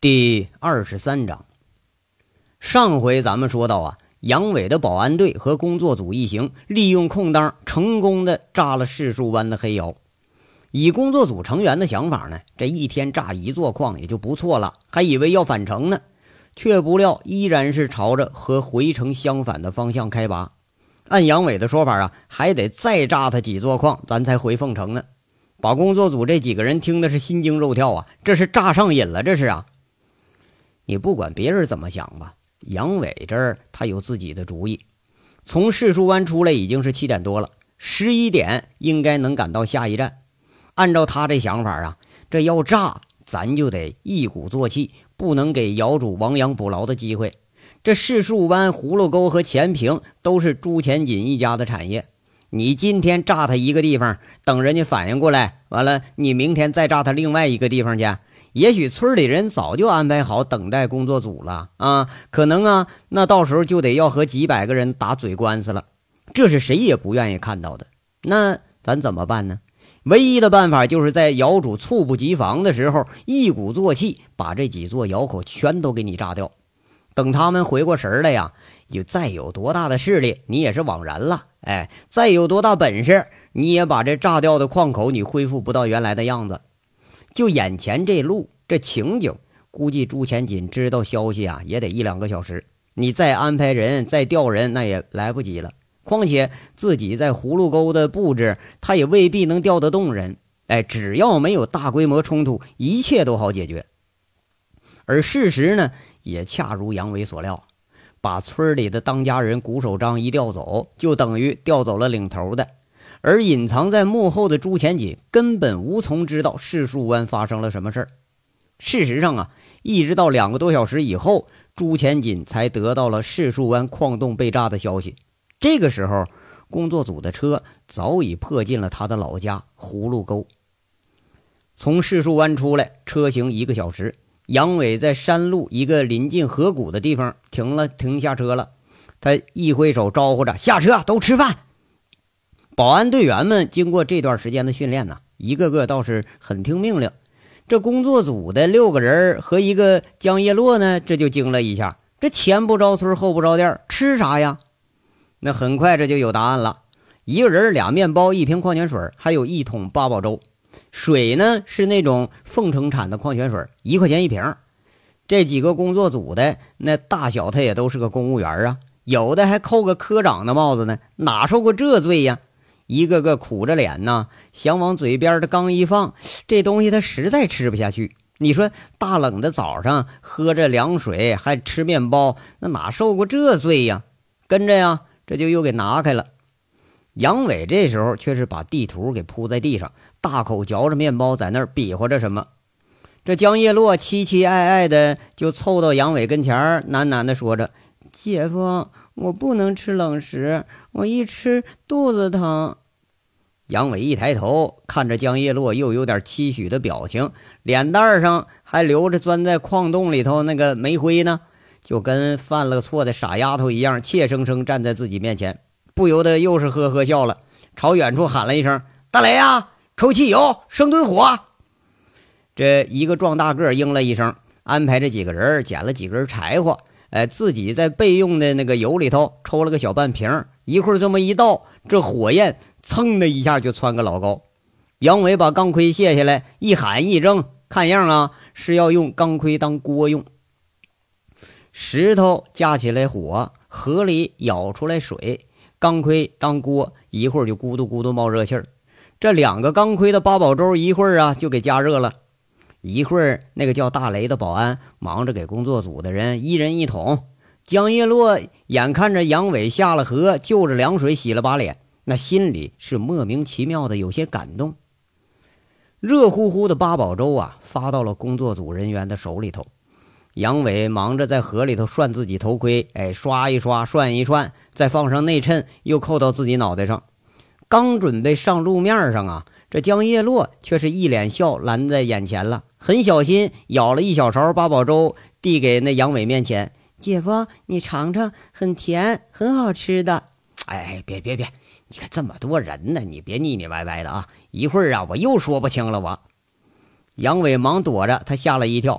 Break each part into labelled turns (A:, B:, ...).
A: 第23章。上回咱们说到啊，杨伟的保安队和工作组一行利用空当成功的炸了柿树湾的黑窑。以工作组成员的想法呢，这一天炸一座矿也就不错了，还以为要返程呢，却不料依然是朝着和回程相反的方向开拔。按杨伟的说法啊，还得再炸他几座矿咱才回凤城呢。把工作组这几个人听的是心惊肉跳啊，这是炸上瘾了，这是啊。你不管别人怎么想吧，杨伟这儿他有自己的主意。从柿树湾出来已经是7点多了，11点应该能赶到下一站。按照他这想法啊，这要炸咱就得一鼓作气，不能给窑主亡羊补牢的机会。这柿树湾、葫芦沟和前坪都是朱前锦一家的产业，你今天炸他一个地方，等人家反应过来，完了你明天再炸他另外一个地方去，也许村里人早就安排好等待工作组了啊，可能啊，那到时候就得要和几百个人打嘴官司了，这是谁也不愿意看到的。那咱怎么办呢？唯一的办法就是在窑主猝不及防的时候，一鼓作气把这几座窑口全都给你炸掉。等他们回过神来呀，再有多大的势力你也是枉然了，再有多大本事你也把这炸掉的矿口你恢复不到原来的样子。就眼前这路这情景，估计朱前锦知道消息啊也得1-2个小时，你再安排人再调人那也来不及了。况且自己在葫芦沟的布置他也未必能调得动人，只要没有大规模冲突，一切都好解决。而事实呢也恰如杨伟所料，把村里的当家人谷守章一调走，就等于调走了领头的，而隐藏在幕后的朱前锦根本无从知道柿树湾发生了什么事儿。事实上啊，一直到2个多小时以后，朱前锦才得到了柿树湾矿洞被炸的消息。这个时候工作组的车早已迫近了他的老家葫芦沟。从柿树湾出来车行1个小时，杨伟在山路一个临近河谷的地方停下车了，他一挥手招呼着下车都吃饭。保安队员们经过这段时间的训练呢，一个个倒是很听命令。这工作组的6个人和一个江叶落呢，这就惊了一下，这前不着村后不着店，吃啥呀？那很快这就有答案了，一个人2面包1瓶矿泉水，还有1桶八宝粥。水呢是那种凤城产的矿泉水，1块钱1瓶。这几个工作组的那大小他也都是个公务员啊，有的还扣个科长的帽子呢，哪受过这罪呀？一个个苦着脸呢，想往嘴边的刚一放，这东西他实在吃不下去。你说大冷的早上喝着凉水还吃面包，那哪受过这罪呀？跟着呀这就又给拿开了。杨伟这时候却是把地图给铺在地上，大口嚼着面包，在那儿比划着什么。这江叶落凄凄爱爱的就凑到杨伟跟前喃喃的说着，姐夫，我不能吃冷食，我一吃肚子疼。杨伟一抬头看着江叶落又有点期许的表情，脸蛋上还留着钻在矿洞里头那个煤灰呢，就跟犯了错的傻丫头一样，怯生生站在自己面前，不由得又是呵呵笑了，朝远处喊了一声，大雷啊，抽汽油，生堆火。这一个壮大个应了一声，安排着几个人捡了几根柴火，自己在备用的那个油里头抽了个小半瓶，一会儿这么一倒，这火焰噌的一下就窜个老高。杨伟把钢盔卸下来，一喊一扔，看样啊是要用钢盔当锅用。石头架起来火，河里舀出来水，钢盔当锅，一会儿就咕嘟咕嘟冒热气儿。这2个钢盔的八宝粥一会儿啊就给加热了。一会儿那个叫大雷的保安忙着给工作组的人1人1桶。江叶落眼看着杨伟下了河，就着凉水洗了把脸，那心里是莫名其妙的有些感动。热乎乎的八宝粥啊发到了工作组人员的手里头。杨伟忙着在河里头涮自己头盔，刷一刷，涮一涮，再放上内衬，又扣到自己脑袋上。刚准备上路面上啊，这江叶落却是一脸笑拦在眼前了，很小心舀了1小勺八宝粥递给那杨伟面前，姐夫你尝尝，很甜，很好吃的。别，你看这么多人呢，你别腻腻歪歪的啊，一会儿啊我又说不清了我。杨伟忙躲着，他吓了一跳，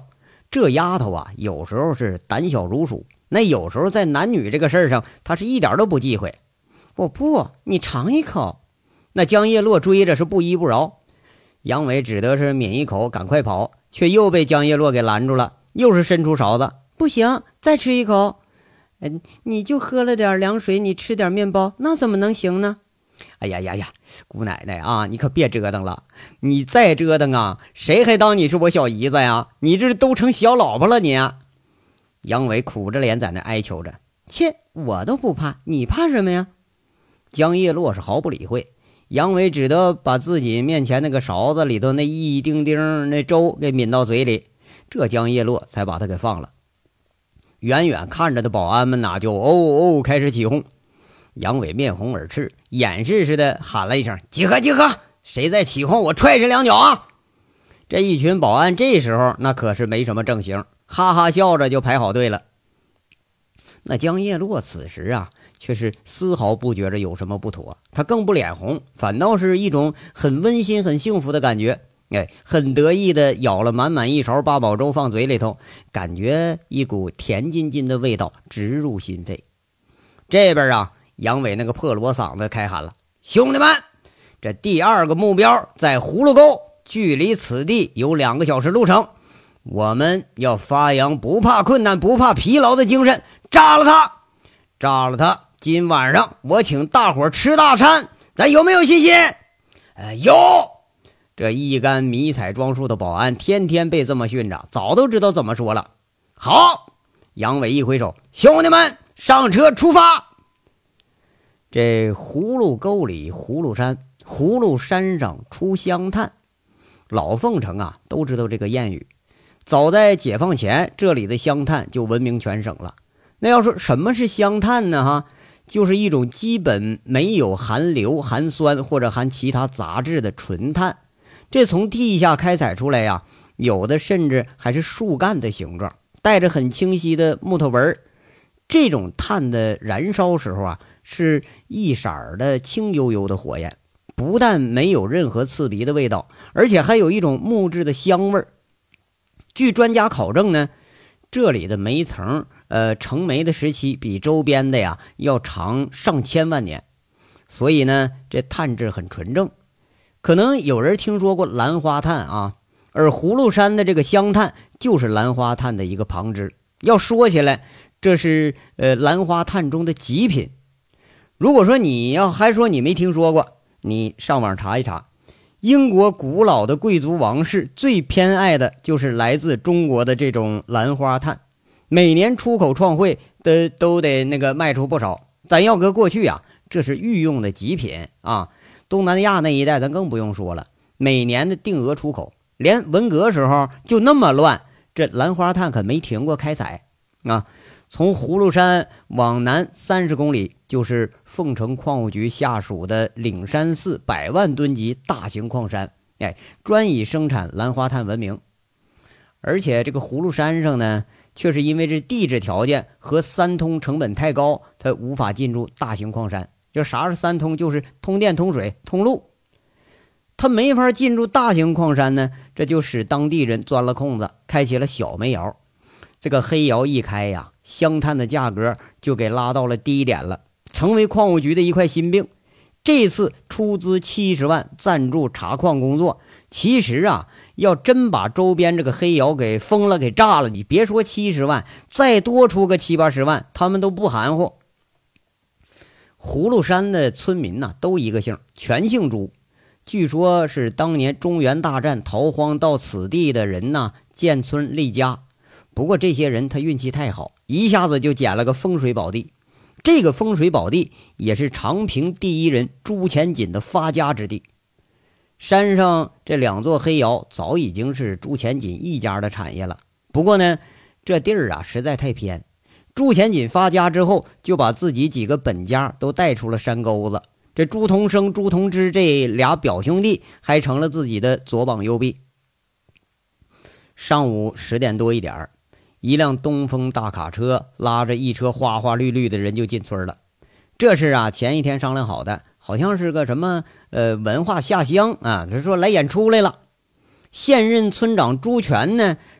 A: 这丫头啊，有时候是胆小如鼠，那有时候在男女这个事儿上，她是一点都不忌讳。我不，你尝一口。那江叶落追着是不依不饶，杨伟只得是抿一口，赶快跑，却又被江叶落给拦住了，又是伸出勺子，不行，再吃一口。你就喝了点凉水，你吃点面包，那怎么能行呢？哎呀呀呀，姑奶奶啊，你可别折腾了，你再折腾啊，谁还当你是我小姨子呀？你这都成小老婆了你啊！杨伟苦着脸在那哀求着，切，我都不怕，你怕什么呀？江叶落是毫不理会，杨伟只得把自己面前那个勺子里头那一丁丁那粥给抿到嘴里，这江叶落才把他给放了。远远看着的保安们就开始起哄。杨伟面红耳赤，掩饰似的喊了一声集合集合，谁再起哄我踹谁两脚啊！这一群保安这时候那可是没什么正形，哈哈笑着就排好队了。那江叶落此时啊却是丝毫不觉着有什么不妥，他更不脸红，反倒是一种很温馨很幸福的感觉。很得意的舀了满满一勺八宝粥放嘴里头，感觉一股甜津津的味道直入心肺。这边啊，杨伟那个破锣嗓子开喊了，兄弟们，这第二个目标在葫芦沟，距离此地有2个小时路程，我们要发扬不怕困难不怕疲劳的精神，炸了他，今晚上我请大伙吃大餐，咱有没有信心？有。这一干迷彩装束的保安天天被这么训着，早都知道怎么说了。好，杨伟一挥手，兄弟们上车出发。这葫芦沟里葫芦山，葫芦山上出香炭，老凤城啊都知道这个谚语。早在解放前，这里的香炭就闻名全省了。那要说什么是香炭呢？就是一种基本没有含硫、含酸或者含其他杂质的纯炭。这从地下开采出来呀，有的甚至还是树干的形状，带着很清晰的木头纹。这种炭的燃烧时候啊，是一色的青幽幽的火焰，不但没有任何刺鼻的味道，而且还有一种木质的香味。据专家考证呢，这里的煤层成煤的时期比周边的呀要长上千万年，所以呢这炭质很纯正。可能有人听说过兰花炭啊，而葫芦山的这个香炭就是兰花炭的一个旁支。要说起来，这是兰花炭中的极品。如果说你要还说你没听说过，你上网查一查，英国古老的贵族王室最偏爱的就是来自中国的这种兰花炭，每年出口创汇都得那个卖出不少。咱要搁过去啊，这是御用的极品啊。东南亚那一带咱更不用说了，每年的定额出口，连文革时候就那么乱，这兰花炭可没停过开采啊。从葫芦山往南30公里就是凤城矿务局下属的岭山寺100万吨级大型矿山，专以生产兰花炭闻名。而且这个葫芦山上呢，却是因为这地质条件和三通成本太高，它无法进入大型矿山。这啥是三通？就是通电通水通路，它没法进入大型矿山呢，这就使当地人钻了空子，开启了小煤窑。这个黑窑一开呀，香炭的价格就给拉到了低点了，成为矿务局的一块心病。这次出资70万赞助查矿工作，其实啊，要真把周边这个黑窑给封了给炸了，你别说70万，再多出个70-80万他们都不含糊。葫芦山的村民呢，都一个姓，全姓朱。据说是当年中原大战逃荒到此地的人呢，建村立家。不过这些人他运气太好，一下子就捡了个风水宝地。这个风水宝地也是长平第一人朱钱锦的发家之地。山上这2座黑窑早已经是朱钱锦一家的产业了。不过呢，这地儿啊实在太偏。朱钱锦发家之后，就把自己几个本家都带出了山沟子。这朱同生、朱同之这俩表兄弟还成了自己的左膀右臂。上午10点多一点，一辆东风大卡车拉着一车花花绿绿的人就进村了。这是啊前一天商量好的，好像是个什么文化下乡啊，他说来演出来了。现任村长朱全呢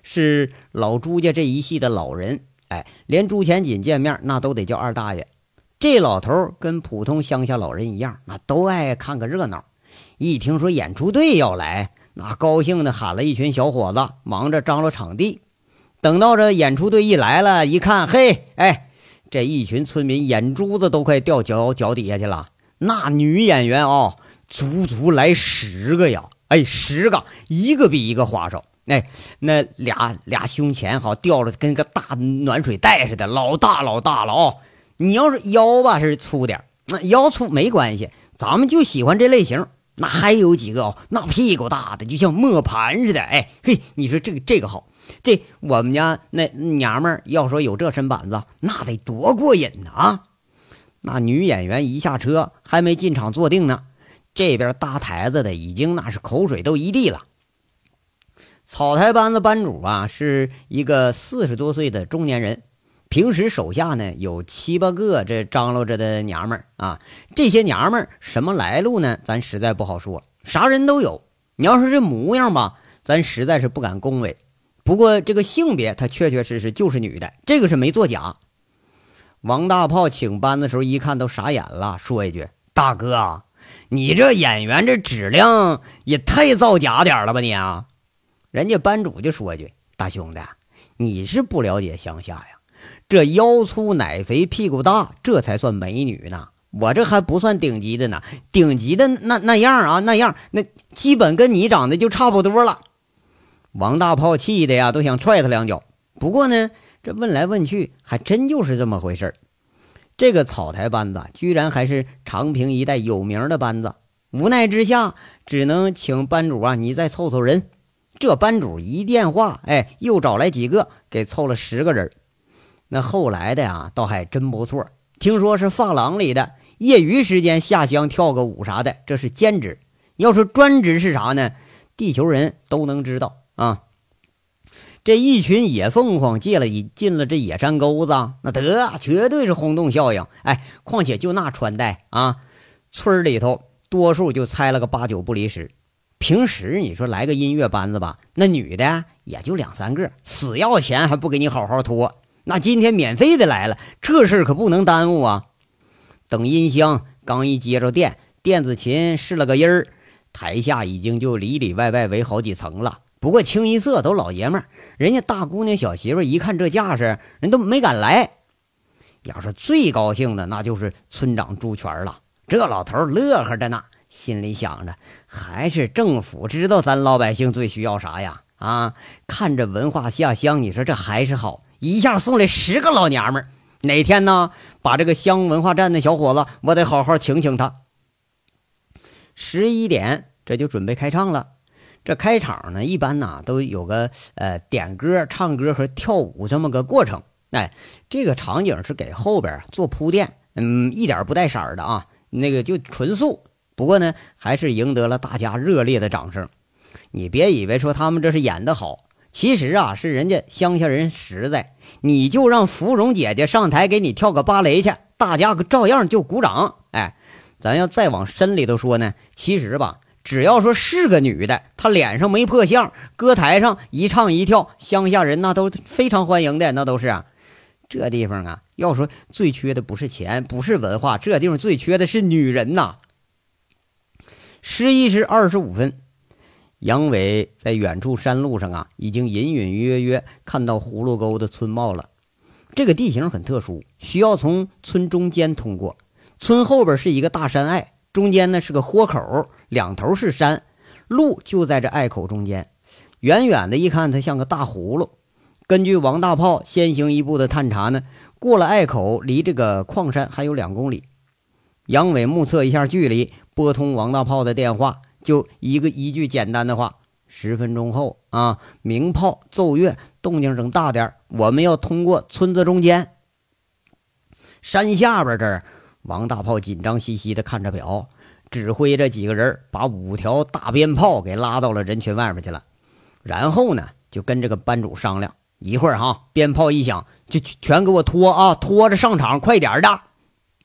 A: 是老朱家这一系的老人，连朱钱锦见面那都得叫二大爷。这老头跟普通乡下老人一样，那都爱看个热闹。一听说演出队要来，那高兴的喊了一群小伙子，忙着张罗场地。等到这演出队一来了，一看，嘿，这一群村民眼珠子都快掉脚底下去了。那女演员足足来10个呀，10个，一个比一个花哨。那俩胸前吊着跟个大暖水袋似的，老大了你要是腰吧是粗点，那腰粗没关系，咱们就喜欢这类型。那还有几个那屁股大的就像磨盘似的，你说这个好。这我们家那娘们儿要说有这身板子，那得多过瘾啊！那女演员一下车，还没进场坐定呢，这边搭台子的已经那是口水都一地了。草台班子班主是一个40多岁的中年人，平时手下呢有7、8个这张罗着的娘们儿这些娘们儿什么来路呢？咱实在不好说，啥人都有。你要说这模样吧，咱实在是不敢恭维。不过这个性别他确实就是女的，这个是没作假。王大炮请班的时候一看都傻眼了，说一句：大哥，你这演员这质量也太造假点了吧你啊！人家班主就说一句：大兄弟，你是不了解乡下呀，这腰粗奶肥屁股大这才算美女呢，我这还不算顶级的呢，顶级的那样那基本跟你长得就差不多了。王大炮气的呀都想踹他2脚，不过呢这问来问去还真就是这么回事。这个草台班子居然还是长平一带有名的班子，无奈之下只能请班主你再凑凑人。这班主一电话又找来几个，给凑了10个人。那后来的呀倒还真不错，听说是发廊里的，业余时间下乡跳个舞啥的，这是兼职。要说专职是啥呢？地球人都能知道这一群野凤凰进了这野山沟子，那绝对是轰动效应。况且就那穿戴村里头多数就猜了个8、9不离10。平时你说来个音乐班子吧，那女的也就2、3个，死要钱还不给你好好拖。那今天免费的来了，这事可不能耽误啊。等音箱刚一接着电子琴试了个音儿，台下已经就里外外围好几层了。不过清一色都老爷们儿，人家大姑娘小媳妇一看这架势，人都没敢来。要是最高兴的那就是村长朱全了，这老头乐呵着呢，心里想着还是政府知道咱老百姓最需要啥呀看着文化下乡，你说这还是好，一下送来10个老娘们儿。哪天呢把这个乡文化站的小伙子我得好好请请他。11点这就准备开唱了。这开场呢一般都有个点歌唱歌和跳舞这么个过程。这个场景是给后边做铺垫，一点不带色的那个就纯素。不过呢还是赢得了大家热烈的掌声。你别以为说他们这是演得好，其实是人家乡下人实在。你就让芙蓉姐姐上台给你跳个芭蕾去，大家照样就鼓掌。咱要再往深里头说呢，其实吧只要说是个女的，她脸上没破相，歌台上一唱一跳，乡下人那都非常欢迎的，那都是这地方要说最缺的不是钱，不是文化，这地方最缺的是女人呐。11时25分，杨伟在远处山路上已经隐隐约约看到葫芦沟的村貌了。这个地形很特殊，需要从村中间通过，村后边是一个大山隘，中间呢是个豁口，两头是山，路就在这隘口中间。远远的一看，它像个大葫芦。根据王大炮先行一步的探查呢，过了隘口，离这个矿山还有2公里。杨伟目测一下距离，拨通王大炮的电话，就一句简单的话：10分钟后鸣炮奏乐，动静整大点，我们要通过村子中间。山下边这儿，王大炮紧张兮兮的看着表，指挥着几个人把5条大鞭炮给拉到了人群外面去了。然后呢就跟这个班主商量，一会儿鞭炮一响就全给我拖着上场，快点的。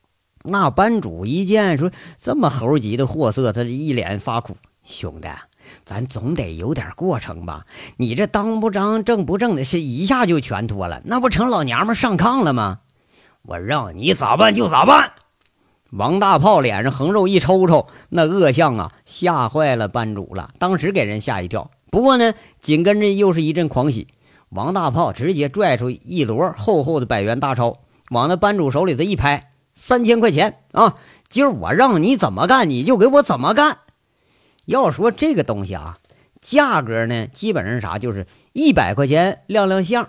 A: 那班主一见说这么猴急的货色，他一脸发苦：兄弟， 咱总得有点过程吧？你这当不当正不正的，是一下就全脱了，那不成老娘们上炕了吗？我让你咋办就咋办。王大炮脸上横肉一抽抽，那恶相啊，吓坏了班主了，当时给人吓一跳。不过呢，紧跟着又是一阵狂喜，王大炮直接拽出一摞厚厚的100元大钞，往那班主手里头一拍，3000块钱啊！今儿我让你怎么干，你就给我怎么干。要说这个东西啊，价格呢，基本上啥就是100块钱亮亮相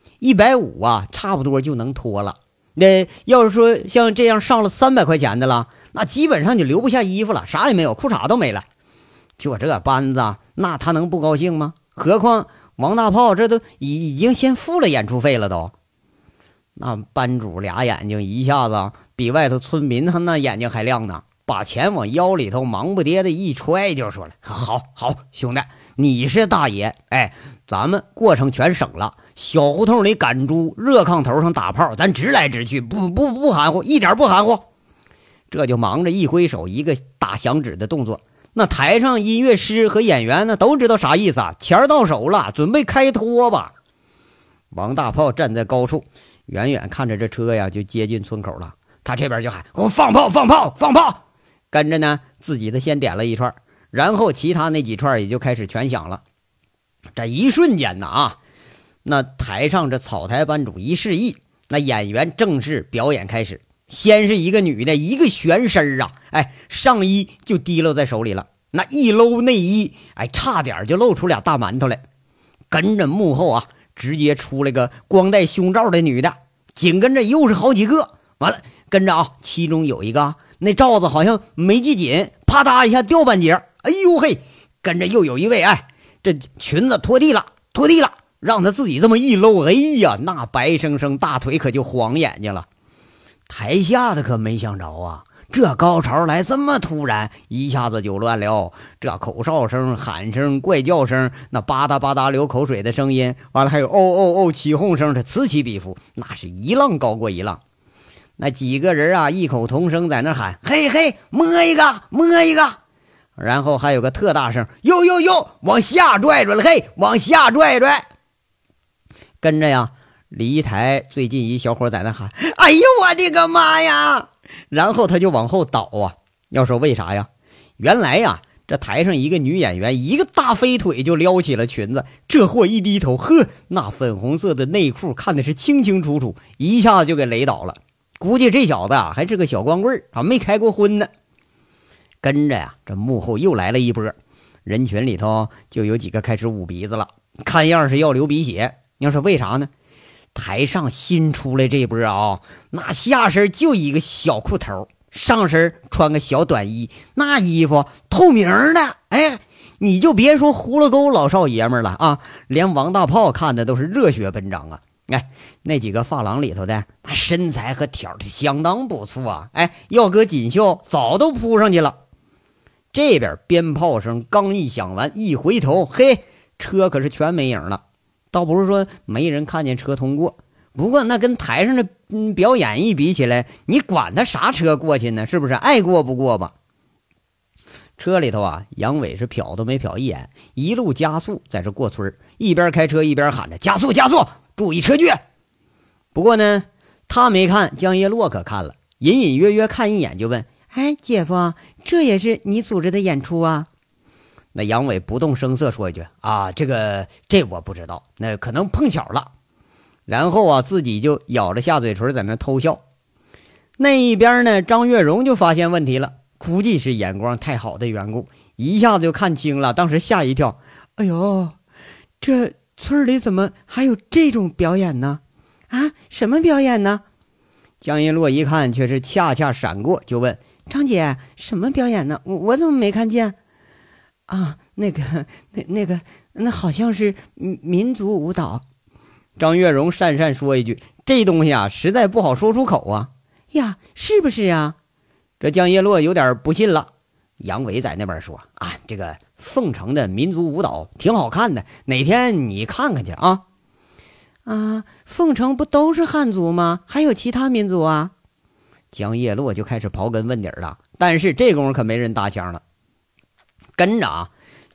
A: ，150啊，差不多就能脱了。那要是说像这样上了300块钱的了，那基本上就留不下衣服了，啥也没有，裤衩都没了。就这班子，那他能不高兴吗？何况王大炮这都已经先付了演出费了都。那班主俩眼睛一下子比外头村民他那眼睛还亮呢，把钱往腰里头忙不迭的一揣，就说了：好兄弟，你是大爷，哎，咱们过程全省了，小胡同里赶猪，热炕头上打炮，咱直来直去，不含糊，一点不含糊。这就忙着一挥手，一个打响指的动作。那台上音乐师和演员呢，都知道啥意思啊，钱到手了，准备开拖吧。王大炮站在高处，远远看着这车呀就接近村口了，他这边就喊：我放炮放炮放炮！跟着呢，自己的先点了一串，然后其他那几串也就开始全响了。这一瞬间呢啊，那台上这草台班主一示意，那演员正式表演开始。先是一个女的，一个旋身啊，哎，上衣就提溜在手里了，那一搂内衣，哎，差点就露出俩大馒头来。跟着幕后啊，直接出来个光戴胸罩的女的，紧跟着又是好几个，完了跟着啊，其中有一个那罩子好像没系紧，啪嗒一下掉半截，哎呦嘿，跟着又有一位，哎，这裙子拖地了，让他自己这么一搂，哎呀，那白生生大腿可就晃眼睛了。台下的可没想着啊，这高潮来这么突然，一下子就乱了。这口哨声、喊声、怪叫声，那吧嗒吧嗒流口水的声音，完了还有哦起哄声，这此起彼伏，那是一浪高过一浪。那几个人啊，异口同声在那喊：嘿嘿，摸一个，摸一个。然后还有个特大声：呦，往下拽了，嘿，往下拽。跟着呀，离台最近一小伙在那喊：哎呦我的个妈呀！然后他就往后倒啊。要说为啥呀？原来呀，这台上一个女演员一个大飞腿就撩起了裙子，这货一低头，呵，那粉红色的内裤看的是清清楚楚，一下就给雷倒了。估计这小子啊还是个小光棍啊，没开过荤呢。跟着呀，这幕后又来了一波，人群里头就有几个开始捂鼻子了，看样是要流鼻血。要说为啥呢？台上新出来这波啊，那下身就一个小裤头，上身穿个小短衣，那衣服透明的，哎，你就别说葫芦沟老少爷们了啊，连王大炮看的都是热血奔张啊！哎，那几个发廊里头的，那身材和条的相当不错啊！哎，要搁锦绣早都扑上去了。这边鞭炮声刚一响完，一回头，嘿，车可是全没影了。倒不是说没人看见车通过，不过那跟台上的表演一比起来，你管他啥车过去呢？是不是爱过不过吧？车里头啊，杨伟是瞟都没瞟一眼，一路加速在这过村，一边开车一边喊着加速加速，注意车距。不过呢，他没看，江叶洛可看了，隐隐约约看一眼就问：哎，姐夫，这也是你组织的演出啊？那杨伟不动声色说一句：啊，这我不知道，那可能碰巧了。然后啊，自己就咬着下嘴唇在那偷笑。那一边呢，张月荣就发现问题了，估计是眼光太好的缘故，一下子就看清了，当时吓一跳。哎呦，这村里怎么还有这种表演呢？啊，什么表演呢？江一洛一看却是恰恰闪过，就问：张姐，什么表演呢？我怎么没看见？啊，那好像是民族舞蹈。张月荣讪讪说一句：这东西啊，实在不好说出口啊。呀，是不是啊？这江叶洛有点不信了。杨伟在那边说：啊，这个凤城的民族舞蹈挺好看的，哪天你看看去啊。啊，凤城不都是汉族吗？还有其他民族啊？江叶洛就开始刨根问底了，但是这功夫可没人搭腔了。跟着啊，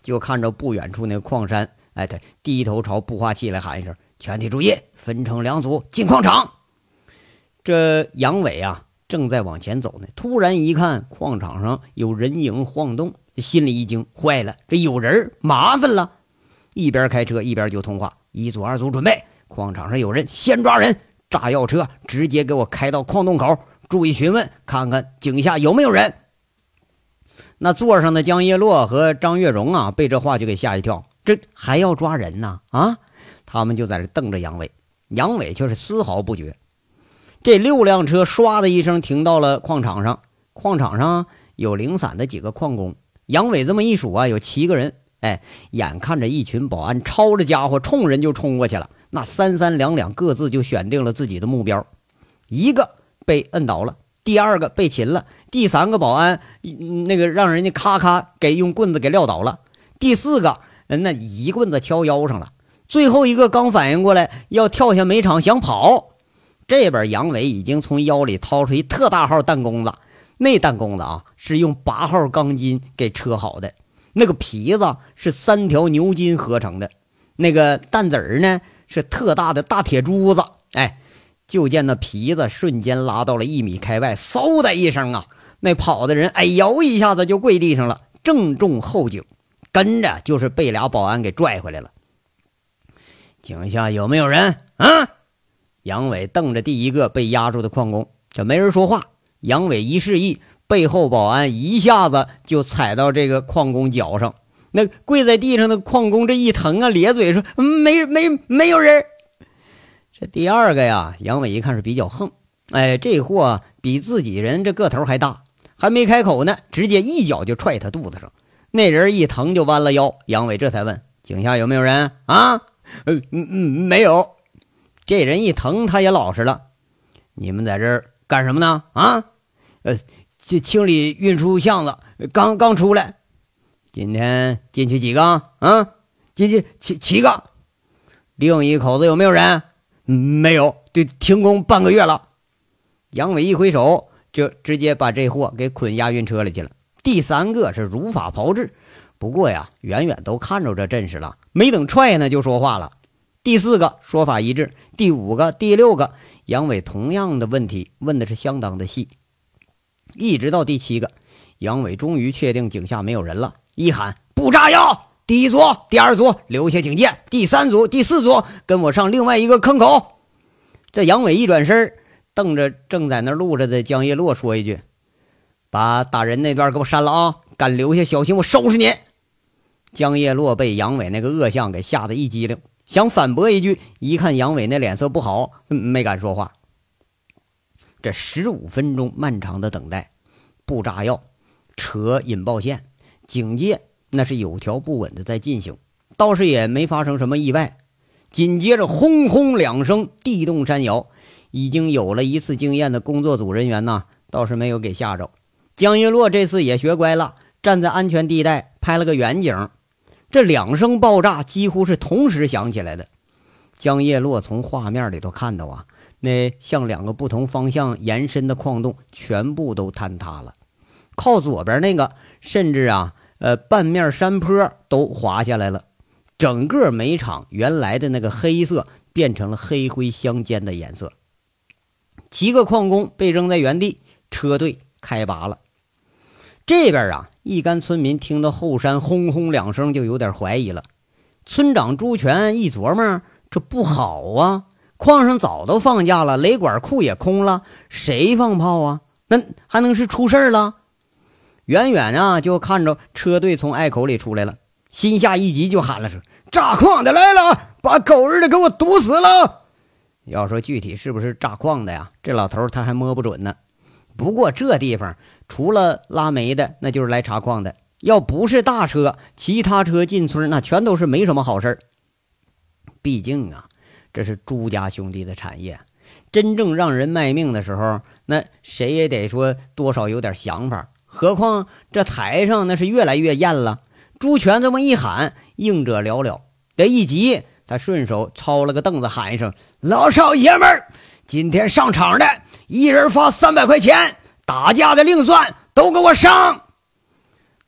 A: 就看着不远处那个矿山，他低头朝步话器来喊一声：“全体注意，分成2组进矿场。”这杨伟啊正在往前走呢，突然一看矿场上有人影晃动，心里一惊，坏了，这有人，麻烦了。一边开车一边就通话：“1组2组准备，矿场上有人，先抓人，炸药车直接给我开到矿洞口，注意询问，看看井下有没有人。”那座上的江叶落和张月荣啊，被这话就给吓一跳，这还要抓人呢啊！他们就在这瞪着杨伟，杨伟却是丝毫不觉。这6辆车唰的一声停到了矿场上，矿场上有零散的几个矿工，杨伟这么一数啊，有7个人。眼看着一群保安抄着家伙冲人就冲过去了，那3、3、2、2各自就选定了自己的目标，一个被摁倒了，第2个被擒了，第3个保安那个让人家咔咔给用棍子给撂倒了，第4个那一棍子敲腰上了，最后一个刚反应过来要跳下煤场想跑，这边杨伟已经从腰里掏出一特大号弹弓子，那弹弓子啊是用8号钢筋给车好的，那个皮子是3条牛筋合成的，那个弹子儿呢是特大的大铁珠子。就见那皮子瞬间拉到了1米开外，嗖的一声啊，那跑的人摇一下子就跪地上了，正中后颈，跟着就是被俩保安给拽回来了。井下有没有人啊？杨伟瞪着第一个被压住的矿工，这没人说话。杨伟一示意，背后保安一下子就踩到这个矿工脚上，那跪在地上的矿工这一疼啊，咧嘴说没有人。这第2个呀，杨伟一看是比较横，这货比自己人这个头还大，还没开口呢，直接一脚就踹他肚子上，那人一疼就弯了腰。杨伟这才问：“井下有没有人啊？”“没有。”这人一疼他也老实了：“你们在这儿干什么呢？啊？”“清理运输箱子，刚出来。”“今天进去几个啊？”“进去7个。”“另一口子有没有人？”“没有，对，停工半个月了。”杨伟一挥手，就直接把这货给捆押运车里去了。第3个是如法炮制，不过呀，远远都看着这阵势了，没等踹呢就说话了。第4个说法一致，第5个、第6个，杨伟同样的问题问的是相当的细，一直到第7个，杨伟终于确定井下没有人了，一喊：“不炸药！第1组、第2组留下警戒，第3组、第4组跟我上另外一个坑口。”这杨伟一转身，瞪着正在那录着的江叶落说一句：“把打人那段给我删了啊！敢留下小心我收拾你！”江叶落被杨伟那个恶相给吓得一激灵，想反驳一句，一看杨伟那脸色不好，没敢说话。这15分钟漫长的等待，布炸药、扯引爆线、警戒，那是有条不紊的在进行，倒是也没发生什么意外。紧接着轰轰2声，地动山摇，已经有了一次经验的工作组人员呢，倒是没有给吓着。江叶落这次也学乖了，站在安全地带拍了个远景。这2声爆炸几乎是同时响起来的。江叶落从画面里头看到啊，那向2个不同方向延伸的矿洞全部都坍塌了，靠左边那个甚至啊半面山坡都滑下来了，整个煤场原来的那个黑色变成了黑灰相间的颜色。7个矿工被扔在原地，车队开拔了。这边啊，一干村民听到后山轰轰2声就有点怀疑了。村长朱全一琢磨，这不好啊，矿上早都放假了，雷管库也空了，谁放炮啊？那还能是出事了？远远啊就看着车队从隘口里出来了，心下一急就喊了声：“炸矿的来了，把狗日的给我堵死了！”要说具体是不是炸矿的呀，这老头他还摸不准呢。不过这地方除了拉煤的，那就是来查矿的，要不是大车，其他车进村那全都是没什么好事。毕竟啊，这是朱家兄弟的产业，真正让人卖命的时候，那谁也得说多少有点想法。何况这台上那是越来越艳了。朱全这么一喊，应者寥寥。这一急，他顺手抄了个凳子，喊一声：“老少爷们儿，今天上场的一人发300块钱，打架的另算，都给我上！”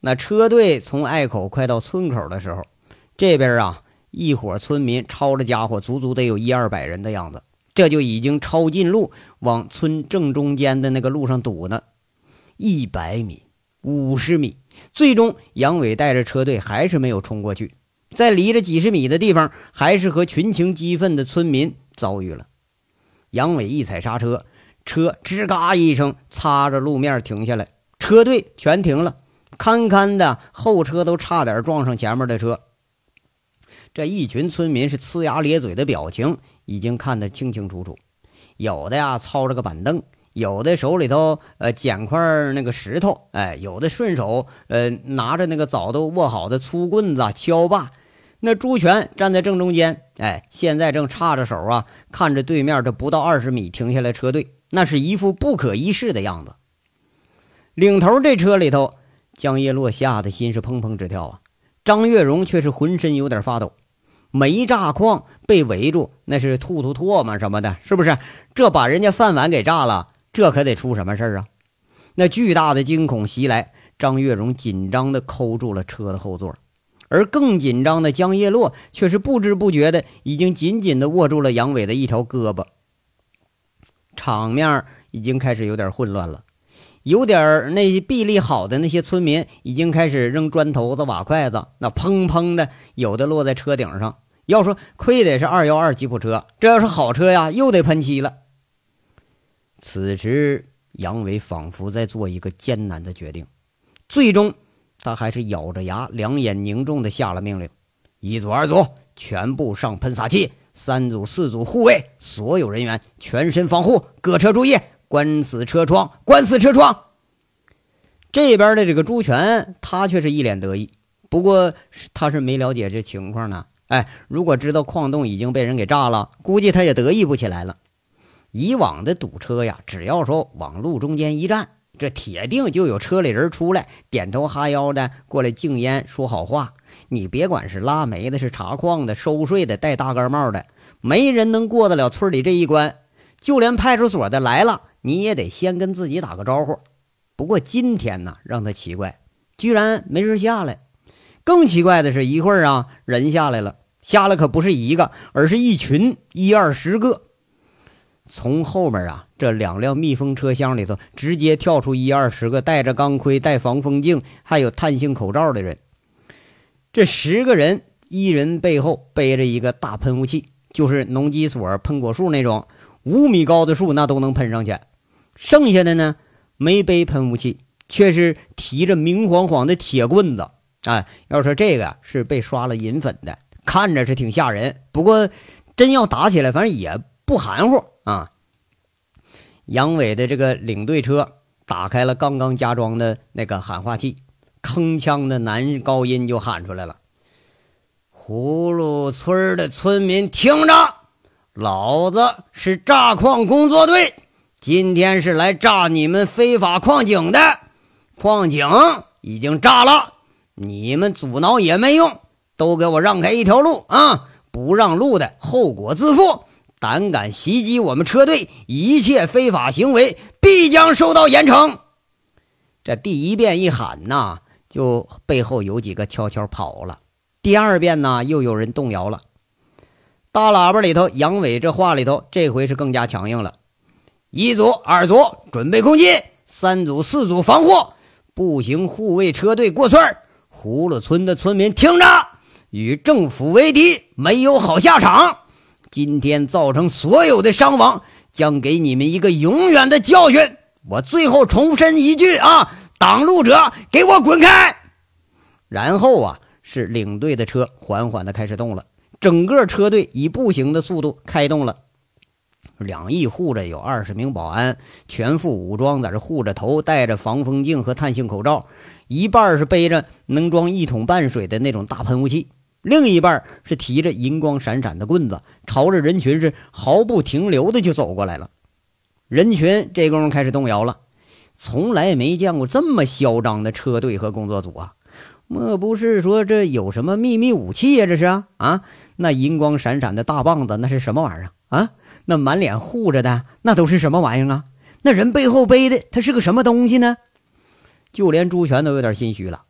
A: 那车队从隘口快到村口的时候，这边啊一伙村民抄着家伙，足足得有100-200人的样子，这就已经抄近路往村正中间的那个路上堵呢。100米、50米，最终杨伟带着车队还是没有冲过去，在离着几十米的地方，还是和群情激愤的村民遭遇了。杨伟一踩刹车，车吱嘎一声擦着路面停下来，车队全停了，堪堪的后车都差点撞上前面的车。这一群村民是呲牙咧嘴的表情已经看得清清楚楚，有的呀操着个板凳，有的手里头捡块那个石头，有的顺手拿着那个早都握好的粗棍子锹把。那朱全站在正中间，现在正叉着手啊，看着对面这不到20米停下来车队，那是一副不可一世的样子。领头这车里头，江叶落吓得心是砰砰直跳啊，张月荣却是浑身有点发抖。煤炸矿被围住，那是吐唾沫什么的，是不是？这把人家饭碗给炸了，这可得出什么事啊？那巨大的惊恐袭来，张月荣紧张地抠住了车的后座，而更紧张的江叶落却是不知不觉的已经紧紧地握住了杨伟的一条胳膊。场面已经开始有点混乱了，有点那些臂力好的那些村民已经开始扔砖头子瓦筷子，那砰砰的有的落在车顶上。要说亏得是212吉普车，这要是好车呀又得喷漆了。此时杨伟仿佛在做一个艰难的决定，最终他还是咬着牙两眼凝重的下了命令：一组二组全部上喷洒器，3组4组护卫，所有人员全身防护，各车注意，关死车窗，关死车窗。这边的这个朱全他却是一脸得意，不过他是没了解这情况呢。如果知道矿洞已经被人给炸了，估计他也得意不起来了。以往的堵车呀，只要说往路中间一站，这铁定就有车里人出来点头哈腰的过来敬烟说好话。你别管是拉煤的，是查矿的，收税的，戴大盖帽的，没人能过得了村里这一关。就连派出所的来了，你也得先跟自己打个招呼。不过今天呢，让他奇怪，居然没人下来。更奇怪的是，一会儿啊，人下来了，下来可不是一个，而是一群10-20个。从后面啊，这2辆密封车厢里头直接跳出10-20个戴着钢盔、戴防风镜还有碳性口罩的人。这10个人一人背后背着一个大喷雾器，就是农机所喷果树那种5米高的树那都能喷上去。剩下的呢没背喷雾器，却是提着明晃晃的铁棍子。要说这个是被刷了银粉的，看着是挺吓人，不过真要打起来反正也不含糊啊。杨伟的这个领队车打开了刚刚加装的那个喊话器，铿锵的男高音就喊出来了：葫芦村的村民听着，老子是炸矿工作队，今天是来炸你们非法矿井的，矿井已经炸了，你们阻挠也没用，都给我让开一条路啊！不让路的后果自负，胆敢袭击我们车队，一切非法行为必将受到严惩。这第一遍一喊呐，就背后有几个悄悄跑了。第二遍呢，又有人动摇了。大喇叭里头，杨伟这话里头，这回是更加强硬了：一组、二组准备攻击，3组、4组防护，步行护卫车队过村。葫芦村的村民听着，与政府为敌，没有好下场。今天造成所有的伤亡，将给你们一个永远的教训。我最后重申一句啊，挡路者给我滚开！然后啊，是领队的车缓缓地开始动了，整个车队以步行的速度开动了。2翼护着有20名保安，全副武装，在这护着头，戴着防风镜和碳性口罩，一半是背着能装1桶半水的那种大喷雾器，另一半是提着银光闪闪的棍子，朝着人群是毫不停留的就走过来了。人群这功夫开始动摇了，从来没见过这么嚣张的车队和工作组啊！莫不是说这有什么秘密武器呀？这是啊，那银光闪闪的大棒子那是什么玩意儿啊？那满脸护着的那都是什么玩意儿啊？那人背后背的他是个什么东西呢？就连朱全都有点心虚了，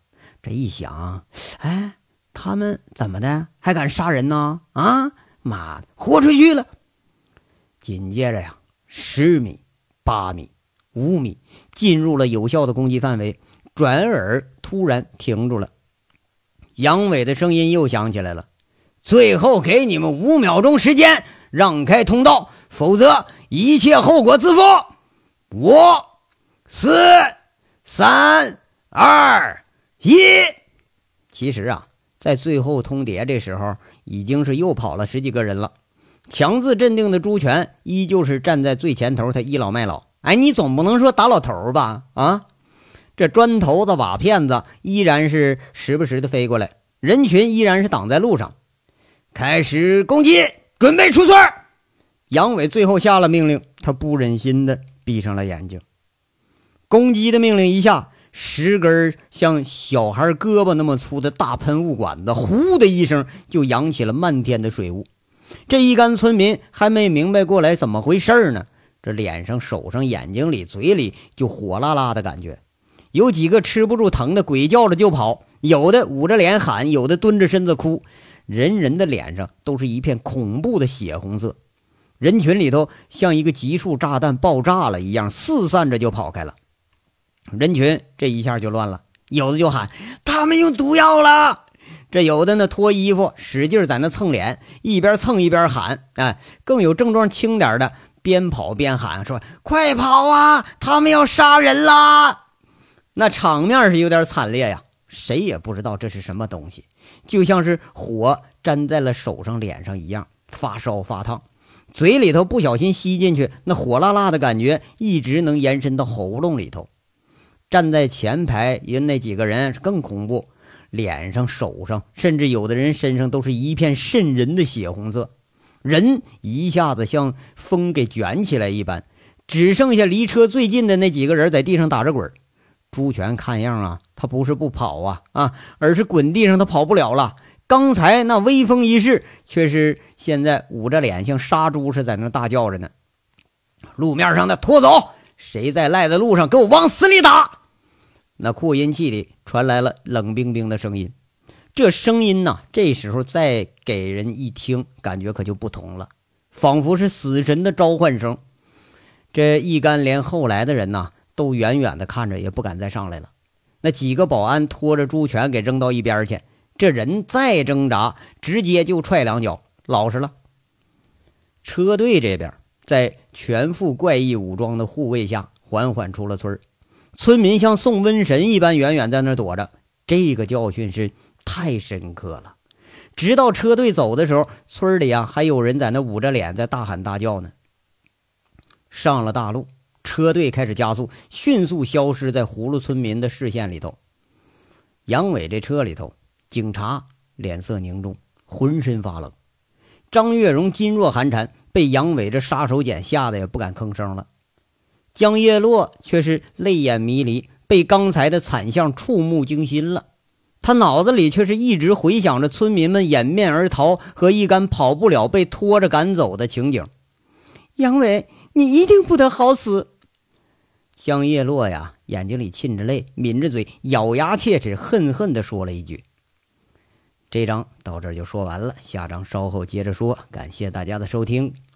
A: 这一想，哎，他们怎么的还敢杀人呢？啊，妈的，豁出去了！紧接着呀，10米、8米、5米进入了有效的攻击范围，转而突然停住了。杨伟的声音又响起来了：最后给你们5秒钟时间，让开通道，否则一切后果自负。5、4、3、2、1。其实啊，在最后通牒这时候，已经是又跑了10几个人了。强自镇定的朱全依旧是站在最前头，他倚老卖老。哎，你总不能说打老头吧？啊，这砖头子、瓦片子依然是时不时的飞过来，人群依然是挡在路上。开始攻击，准备出村。杨伟最后下了命令，他不忍心的闭上了眼睛。攻击的命令一下，10根像小孩胳膊那么粗的大喷雾管子呼的一声就扬起了漫天的水雾。这一干村民还没明白过来怎么回事呢，这脸上、手上、眼睛里、嘴里就火辣辣的感觉。有几个吃不住疼的鬼叫着就跑，有的捂着脸喊，有的蹲着身子哭，人人的脸上都是一片恐怖的血红色。人群里头像一个集束炸弹爆炸了一样，四散着就跑开了。人群这一下就乱了，有的就喊他们用毒药了，这有的呢脱衣服使劲在那蹭脸，一边蹭一边喊。更有症状轻点的边跑边喊说快跑啊，他们要杀人啦。那场面是有点惨烈呀，谁也不知道这是什么东西，就像是火粘在了手上脸上一样，发烧发烫，嘴里头不小心吸进去，那火辣辣的感觉一直能延伸到喉咙里头。站在前排那几个人更恐怖，脸上、手上，甚至有的人身上都是一片渗人的血红色，人一下子像风给卷起来一般，只剩下离车最近的那几个人在地上打着滚。朱全看样啊，他不是不跑啊，而是滚地上他跑不了了。刚才那威风一世，却是现在捂着脸像杀猪似的在那大叫着呢。路面上的拖走，谁在赖在路上给我往死里打。那扩音器里传来了冷冰冰的声音，这声音呢，这时候再给人一听，感觉可就不同了，仿佛是死神的召唤声。这一干连后来的人呢，都远远的看着，也不敢再上来了。那几个保安拖着朱全给扔到一边去，这人再挣扎，直接就踹2脚，老实了。车队这边在全副怪异武装的护卫下缓缓出了村，村民像送瘟神一般远远在那躲着。这个教训是太深刻了，直到车队走的时候，村里还有人在那捂着脸在大喊大叫呢。上了大路，车队开始加速，迅速消失在葫芦村民的视线里头。杨伟这车里头，警察脸色凝重，浑身发冷。张月荣噤若寒蝉，被杨伟这杀手锏吓得也不敢吭声了。江叶落却是泪眼迷离，被刚才的惨象触目惊心了。他脑子里却是一直回想着村民们掩面而逃和一干跑不了被拖着赶走的情景。杨伟，你一定不得好死。江叶落呀，眼睛里沁着泪，抿着嘴，咬牙切齿，恨恨地说了一句。这章到这儿就说完了，下章稍后接着说。感谢大家的收听。